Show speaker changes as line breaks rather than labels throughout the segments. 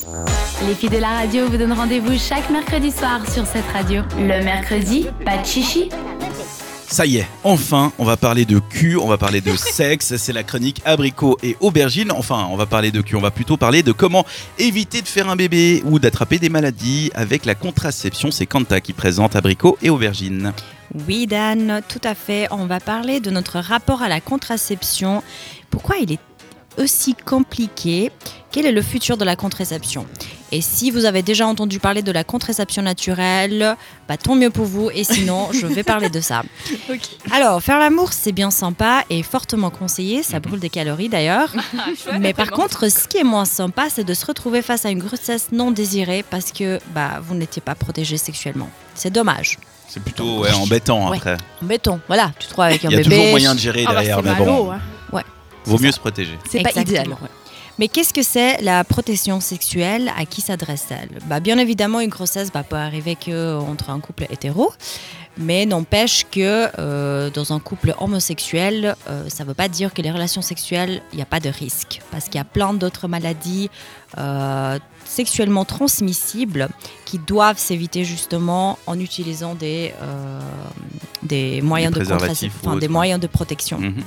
Les filles de la radio vous donnent rendez-vous chaque mercredi soir sur cette radio. Le mercredi, pas de chichi.
Ça y est, enfin, on va parler de cul, on va parler de sexe, c'est la chronique abricot et aubergine. Enfin, on va parler de cul, on va plutôt parler de comment éviter de faire un bébé ou d'attraper des maladies avec la contraception. C'est Kanta qui présente abricot et aubergine.
Oui Dan, tout à fait. On va parler de notre rapport à la contraception. Pourquoi il est aussi compliqué? Quel est le futur de la contraception? Et si vous avez déjà entendu parler de la contraception naturelle, tant mieux pour vous. Et sinon, je vais parler de ça. Okay. Alors, faire l'amour, c'est bien sympa et fortement conseillé. Ça brûle des calories d'ailleurs. Mais par contre, ce qui est moins sympa, c'est de se retrouver face à une grossesse non désirée parce que vous n'étiez pas protégé sexuellement. C'est dommage.
C'est plutôt embêtant après.
Embêtant, voilà. Tu te trouves avec un bébé.
Il y a toujours moyen de gérer derrière. Mais bon, vaut mieux se protéger.
C'est pas idéal. Mais qu'est-ce que c'est la protection sexuelle? À qui s'adresse-t-elle? Bien évidemment, une grossesse peut arriver qu'entre un couple hétéro, mais n'empêche que dans un couple homosexuel, ça ne veut pas dire que les relations sexuelles, il n'y a pas de risque. Parce qu'il y a plein d'autres maladies sexuellement transmissibles qui doivent s'éviter justement en utilisant des moyens de contraception, des moyens de protection. Mm-hmm.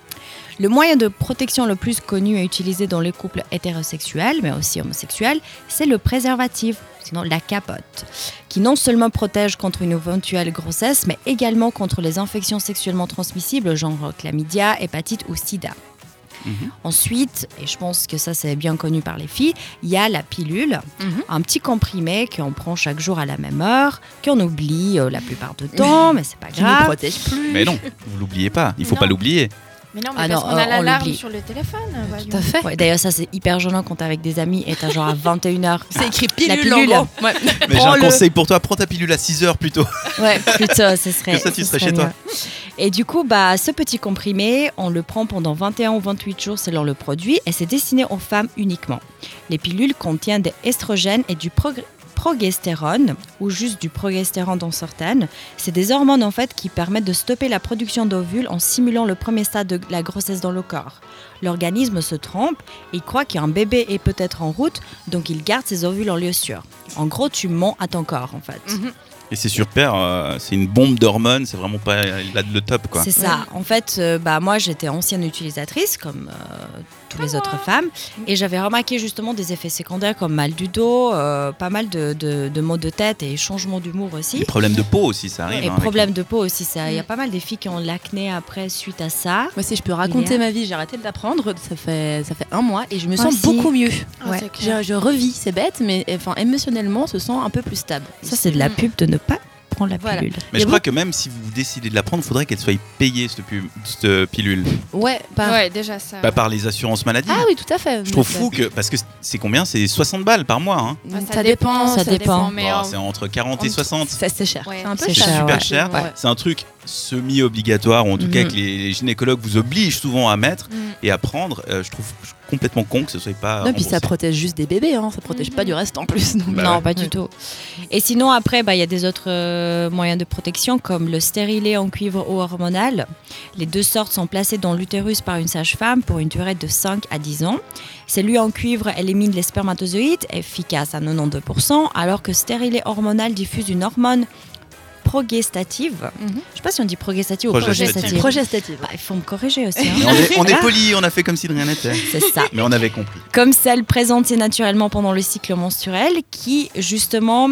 Le moyen de protection le plus connu et utilisé dans les couples hétérosexuels, mais aussi homosexuels, c'est le préservatif, sinon la capote, qui non seulement protège contre une éventuelle grossesse, mais également contre les infections sexuellement transmissibles, genre chlamydia, hépatite ou sida. Mm-hmm. Ensuite, et je pense que ça c'est bien connu par les filles, il y a la pilule, un petit comprimé qu'on prend chaque jour à la même heure, qu'on oublie la plupart du temps, mais c'est pas grave.
Qui ne protège plus.
Mais non, vous l'oubliez pas, il faut pas l'oublier.
Mais non, mais parce qu'on a l'alarme sur le téléphone.
Tout à fait. Ouais, d'ailleurs, ça, c'est hyper gênant quand t'es avec des amis et t'as genre à 21h.
C'est écrit pilule.
La pilule.
Ouais.
Mais j'ai un conseil pour toi, prends ta pilule à 6h plutôt.
Ouais, plutôt, ce serait.
Que ça, tu serais chez toi.
Et du coup, ce petit comprimé, on le prend pendant 21 ou 28 jours selon le produit et c'est destiné aux femmes uniquement. Les pilules contiennent des estrogènes et du progestérone ou juste du progestérone dans certaines. C'est des hormones en fait qui permettent de stopper la production d'ovules en simulant le premier stade de la grossesse dans le corps. L'organisme se trompe et il croit qu'un bébé est peut-être en route, donc il garde ses ovules en lieu sûr. En gros, tu mens à ton corps en fait. Mm-hmm.
Et c'est super, c'est une bombe d'hormones, c'est vraiment pas le top quoi.
C'est ça. En fait, moi j'étais ancienne utilisatrice comme toutes les autres femmes et j'avais remarqué justement des effets secondaires comme mal du dos, pas mal de maux de tête et changements d'humour aussi.
Des problèmes de peau aussi, ça arrive.
Et problèmes de peau aussi, ça. Il y a pas mal des filles qui ont l'acné après suite à ça.
Moi si je peux raconter ma vie, j'ai arrêté de la prendre, ça fait 1 mois et je me sens beaucoup mieux. Ouais. Je revis, c'est bête, mais émotionnellement, se sent un peu plus stable.
Ça c'est de la pub de ne pas prendre la pilule.
Voilà. Mais je crois que même si vous décidez de la prendre, il faudrait qu'elle soit payée cette pilule.
Ouais,
déjà ça.
Par les assurances maladie.
Ah oui, tout à fait.
Je trouve fou parce que c'est combien? C'est 60 balles par mois. Hein.
Ça dépend.
Mais
c'est entre 40 et 60.
Ça c'est cher.
Ouais.
C'est un peu
cher. C'est super cher. Ouais. C'est un truc semi-obligatoire, ou en tout cas que les gynécologues vous obligent souvent à mettre et à prendre. Je trouve complètement con que ce soit pas.
Non, puis ça protège juste des bébés, ça protège pas du reste en plus. Donc.
Non, pas du tout. Et sinon, après, il y a des autres moyens de protection comme le stérilet en cuivre ou hormonal. Les deux sortes sont placées dans l'utérus par une sage-femme pour une durée de 5 à 10 ans. Celui en cuivre élimine les spermatozoïdes, efficace à 92%, alors que stérilet hormonal diffuse une hormone progestative. Je ne sais pas si on dit progestative ou progestative.
Progestative.
Il faut me corriger aussi.
On est poli, on a fait comme si de rien n'était.
C'est ça.
Mais on avait compris.
Comme celle présentée naturellement pendant le cycle menstruel qui, justement,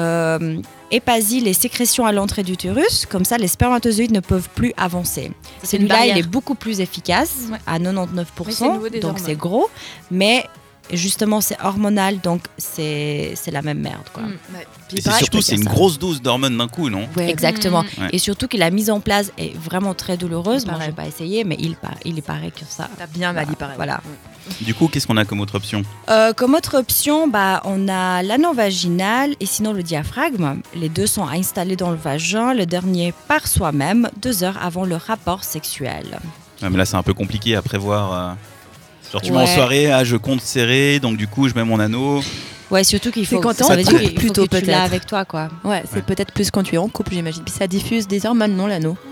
épasie les sécrétions à l'entrée d'utérus. Comme ça, les spermatozoïdes ne peuvent plus avancer. Celui-là, il est beaucoup plus efficace, à 99%. Donc, c'est gros. Mais justement, c'est hormonal, donc c'est la même merde, quoi.
Et surtout, c'est une grosse dose d'hormones d'un coup, non?
Ouais, exactement. Et surtout que la mise en place est vraiment très douloureuse. Moi, je n'ai pas essayé, mais il paraît que ça...
T'as bien mal, il paraît.
Voilà.
Du coup, qu'est-ce qu'on a comme autre option?
Comme autre option, on a l'anneau vaginal et sinon le diaphragme. Les deux sont installés dans le vagin, le dernier par soi-même, 2 heures avant le rapport sexuel.
Mais là, c'est un peu compliqué à prévoir... Genre tu vas en soirée, je compte serré, donc du coup je mets mon anneau.
Ouais, surtout qu'il faut,
ça veut dire
plutôt que tu l'as avec toi, quoi.
Ouais, c'est peut-être plus quand tu es en couple, j'imagine. Puis ça diffuse des hormones, non, l'anneau?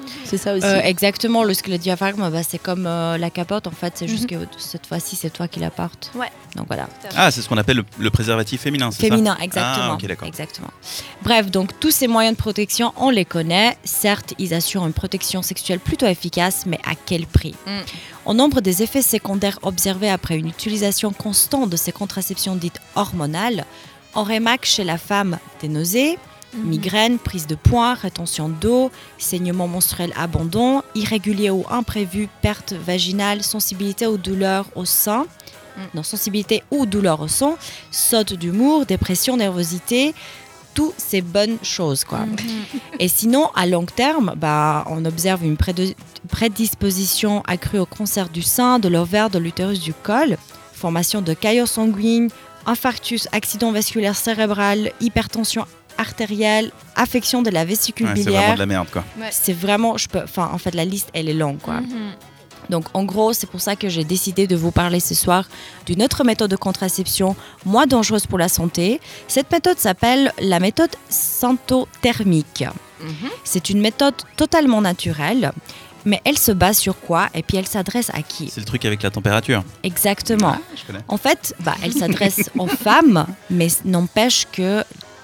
C'est ça aussi.
Exactement, le diaphragme, c'est comme la capote en fait, c'est juste que cette fois-ci c'est toi qui la portes.
Ouais.
Donc voilà.
Ah, c'est ce qu'on appelle le préservatif féminin, c'est
féminin,
ça?
exactement.
Ah, ok, d'accord.
Exactement. Bref, donc tous ces moyens de protection, on les connaît. Certes, ils assurent une protection sexuelle plutôt efficace, mais à quel prix? Au nombre des effets secondaires observés après une utilisation constante de ces contraceptions dites hormonales, on remarque chez la femme des nausées, migraines, prise de poids, rétention d'eau, saignement menstruel abondant, irrégulier ou imprévu, perte vaginale, sensibilité ou douleur au sein, sensibilité ou douleur au sein, saute d'humour, dépression, nervosité, toutes ces bonnes choses, quoi. Et sinon, à long terme, on observe une prédisposition accrue au cancer du sein, de l'ovaire, de l'utérus, du col, formation de caillots sanguines, infarctus, accident vasculaire cérébral, hypertension artérielle, affection de la vésicule biliaire.
C'est vraiment de la merde, quoi.
Ouais.
C'est vraiment, en fait, la liste, elle est longue, quoi. Donc, en gros, c'est pour ça que j'ai décidé de vous parler ce soir d'une autre méthode de contraception moins dangereuse pour la santé. Cette méthode s'appelle la méthode syntothermique. C'est une méthode totalement naturelle, mais elle se base sur quoi? Et puis, elle s'adresse à qui?
C'est le truc avec la température.
Exactement.
Ah, je connais.
En fait, elle s'adresse aux femmes, mais n'empêche que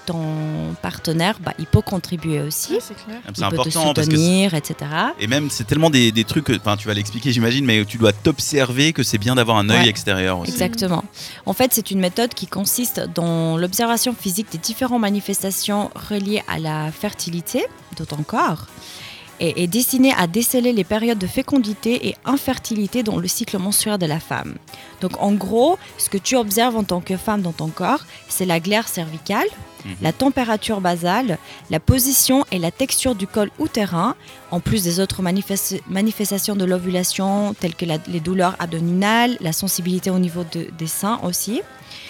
ton partenaire, il peut contribuer aussi.
Ouais, c'est clair.
C'est
Il peut te
important parce que
soutenir, etc.
et même c'est tellement des trucs, tu vas l'expliquer j'imagine, mais tu dois t'observer que c'est bien d'avoir un œil extérieur aussi.
Exactement. En fait, c'est une méthode qui consiste dans l'observation physique des différentes manifestations reliées à la fertilité de ton corps et est destinée à déceler les périodes de fécondité et infertilité dans le cycle menstruel de la femme. Donc en gros, ce que tu observes en tant que femme dans ton corps, c'est la glaire cervicale, la température basale, la position et la texture du col utérin, en plus des autres manifestations de l'ovulation telles que les douleurs abdominales, la sensibilité au niveau des seins aussi.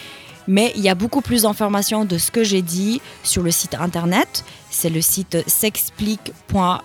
Mais il y a beaucoup plus d'informations de ce que j'ai dit sur le site internet. C'est le site sexplique.org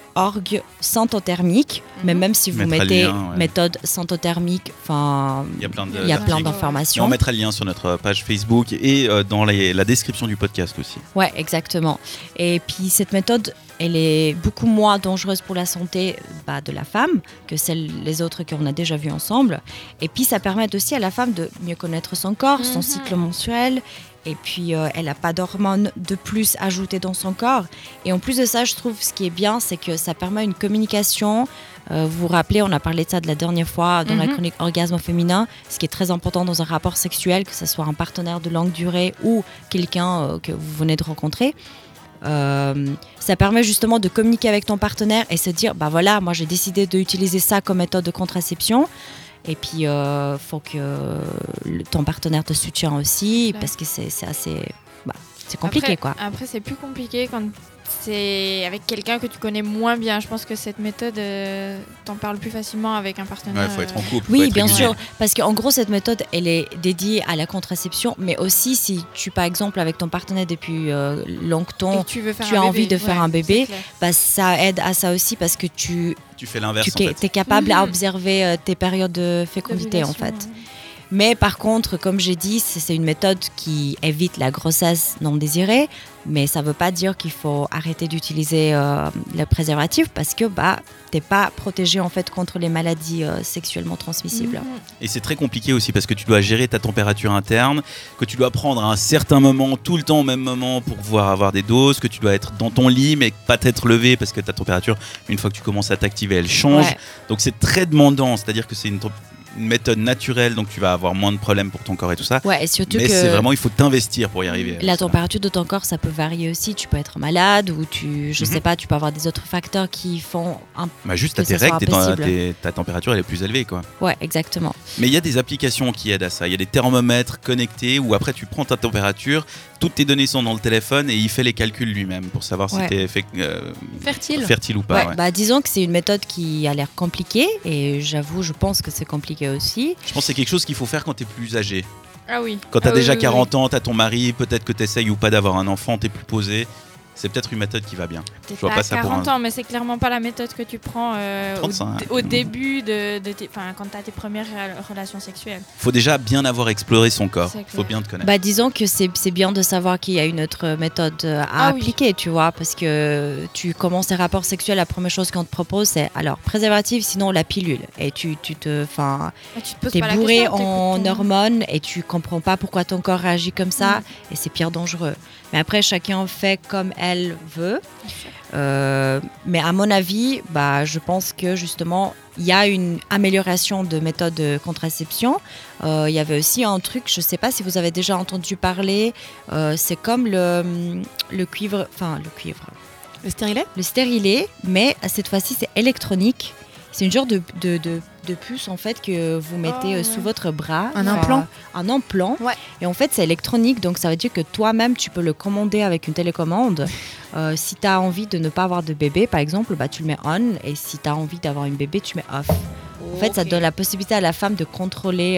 syntothermique, mais même si vous mettez méthode syntothermique, il y a plein d'informations.
Et on mettra le lien sur notre page Facebook et dans la description du podcast aussi.
Ouais, exactement. Et puis cette méthode, elle est beaucoup moins dangereuse pour la santé de la femme que les autres qu'on a déjà vues ensemble. Et puis ça permet aussi à la femme de mieux connaître son corps, son cycle menstruel. Et puis, elle n'a pas d'hormones de plus ajoutées dans son corps. Et en plus de ça, je trouve ce qui est bien, c'est que ça permet une communication. Vous vous rappelez, on a parlé de ça de la dernière fois dans la chronique Orgasme féminin. Ce qui est très important dans un rapport sexuel, que ce soit un partenaire de longue durée ou quelqu'un que vous venez de rencontrer. Ça permet justement de communiquer avec ton partenaire et se dire, voilà, moi j'ai décidé d'utiliser ça comme méthode de contraception. Et puis, faut que ton partenaire te soutienne aussi, parce que c'est assez... c'est compliqué, quoi.
Après, c'est plus compliqué quand c'est avec quelqu'un que tu connais moins bien. Je pense que cette méthode, t'en parles plus facilement avec un partenaire.
Ouais, il faut être en couple.
Oui, bien sûr. Parce qu'en gros, cette méthode, elle est dédiée à la contraception, mais aussi si tu, par exemple, avec ton partenaire depuis longtemps, tu as envie de faire un bébé, ça aide à ça aussi parce que tu
fais l'inverse.
Tu es capable à observer tes périodes de fécondité, en fait. Mais par contre, comme j'ai dit, c'est une méthode qui évite la grossesse non désirée, mais ça ne veut pas dire qu'il faut arrêter d'utiliser le préservatif parce que tu n'es pas protégé en fait contre les maladies sexuellement transmissibles.
Et c'est très compliqué aussi parce que tu dois gérer ta température interne, que tu dois prendre à un certain moment, tout le temps au même moment pour pouvoir avoir des doses, que tu dois être dans ton lit mais pas t'être levé parce que ta température, une fois que tu commences à t'activer, elle change. Ouais. Donc c'est très demandant, c'est-à-dire que c'est une méthode naturelle, donc tu vas avoir moins de problèmes pour ton corps et tout ça.
Ouais, et surtout
mais c'est vraiment, il faut t'investir pour y arriver.
La température de ton corps, ça peut varier aussi. Tu peux être malade ou je sais pas, tu peux avoir des autres facteurs qui font
juste à tes règles, ta température elle est plus élevée, quoi.
Ouais, exactement.
Mais il y a des applications qui aident à ça. Il y a des thermomètres connectés où après tu prends ta température, toutes tes données sont dans le téléphone et il fait les calculs lui-même pour savoir si t'es fertile ou pas.
Ouais. Disons que c'est une méthode qui a l'air compliquée et j'avoue, je pense que c'est compliqué aussi.
Je pense que c'est quelque chose qu'il faut faire quand t'es plus âgé.
Ah oui.
Quand t'as déjà 40 ans, t'as ton mari, peut-être que t'essayes ou pas d'avoir un enfant, t'es plus posé. c'est peut-être une méthode qui va bien.
Peut-être pas à 40 ans, mais c'est clairement pas la méthode que tu prends au début quand tu as tes premières relations sexuelles.
Faut déjà bien avoir exploré son corps. Faut bien te connaître.
Disons que c'est bien de savoir qu'il y a une autre méthode à appliquer, tu vois, parce que tu commences tes rapports sexuels, la première chose qu'on te propose, c'est alors préservatif, sinon la pilule. Et t'es bourré en hormones et tu comprends pas pourquoi ton corps réagit comme ça, et c'est pire dangereux. Mais après, chacun fait comme elle veut. Mais à mon avis, je pense que justement, il y a une amélioration de méthodes de contraception. Il y avait aussi un truc, je ne sais pas si vous avez déjà entendu parler, c'est comme le cuivre.
Le stérilet ?
Le stérilet, mais cette fois-ci, c'est électronique. C'est une genre de puce en fait que vous mettez sous votre bras.
Un implant.
Un implant.
Ouais.
Et en fait, c'est électronique, donc ça veut dire que toi-même, tu peux le commander avec une télécommande. Si tu as envie de ne pas avoir de bébé, par exemple, tu le mets on. Et si tu as envie d'avoir une bébé, tu mets off. En fait, ça donne la possibilité à la femme de contrôler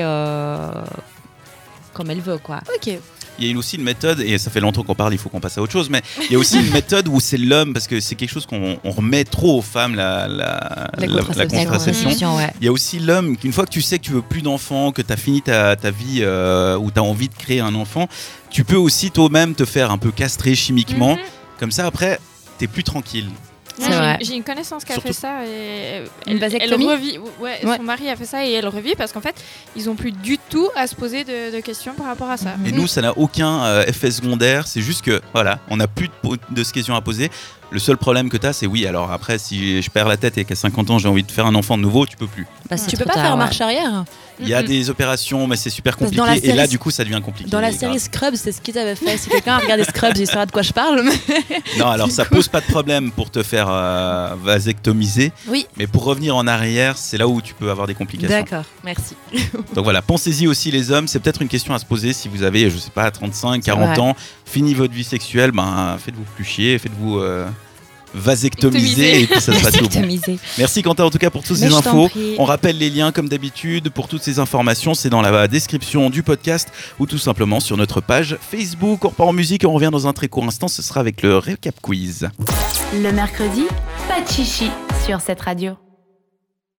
comme elle veut, quoi.
Ok.
Il y a aussi une méthode, et ça fait longtemps qu'on parle, il faut qu'on passe à autre chose, mais il y a aussi une méthode où c'est l'homme, parce que c'est quelque chose qu'on remet trop aux femmes, la contraception.
Ouais.
Il y a aussi l'homme, qu'une fois que tu sais que tu veux plus d'enfants, que tu as fini ta vie où tu as envie de créer un enfant, tu peux aussi toi-même te faire un peu castrer chimiquement. Comme ça, après, tu es plus tranquille.
C'est vrai.
J'ai une connaissance qui a fait ça et
une vasectomie.
Elle revit. Son mari a fait ça et elle revit parce qu'en fait, ils ont plus du tout à se poser de questions par rapport à ça.
Et nous, ça n'a aucun effet secondaire. C'est juste que voilà, on n'a plus de questions à poser. Le seul problème que tu as, c'est alors après, si je perds la tête et qu'à 50 ans, j'ai envie de faire un enfant de nouveau, tu peux plus.
Tu peux pas faire marche arrière.
Il y a des opérations, mais c'est super compliqué. Et là, du coup, ça devient compliqué.
Dans la série Scrubs, c'est ce qu'ils avaient fait. Si quelqu'un a regardé Scrubs, il saura de quoi je parle.
Non, alors ça pose pas de problème pour te faire vasectomiser.
Oui.
Mais pour revenir en arrière, c'est là où tu peux avoir des complications.
D'accord, merci.
Donc voilà, pensez-y aussi les hommes. C'est peut-être une question à se poser si vous avez, je sais pas, 35, 40 ans, fini votre vie sexuelle, faites-vous plus chier, faites-vous vasectomiser et puis ça sera tout bon. Merci Quentin en tout cas pour toutes ces infos. On rappelle les liens comme d'habitude pour toutes ces informations, c'est dans la description du podcast ou tout simplement sur notre page Facebook. On repart en musique et on revient dans un très court instant, ce sera avec le récap quiz.
Le mercredi, pas de chichi sur cette radio.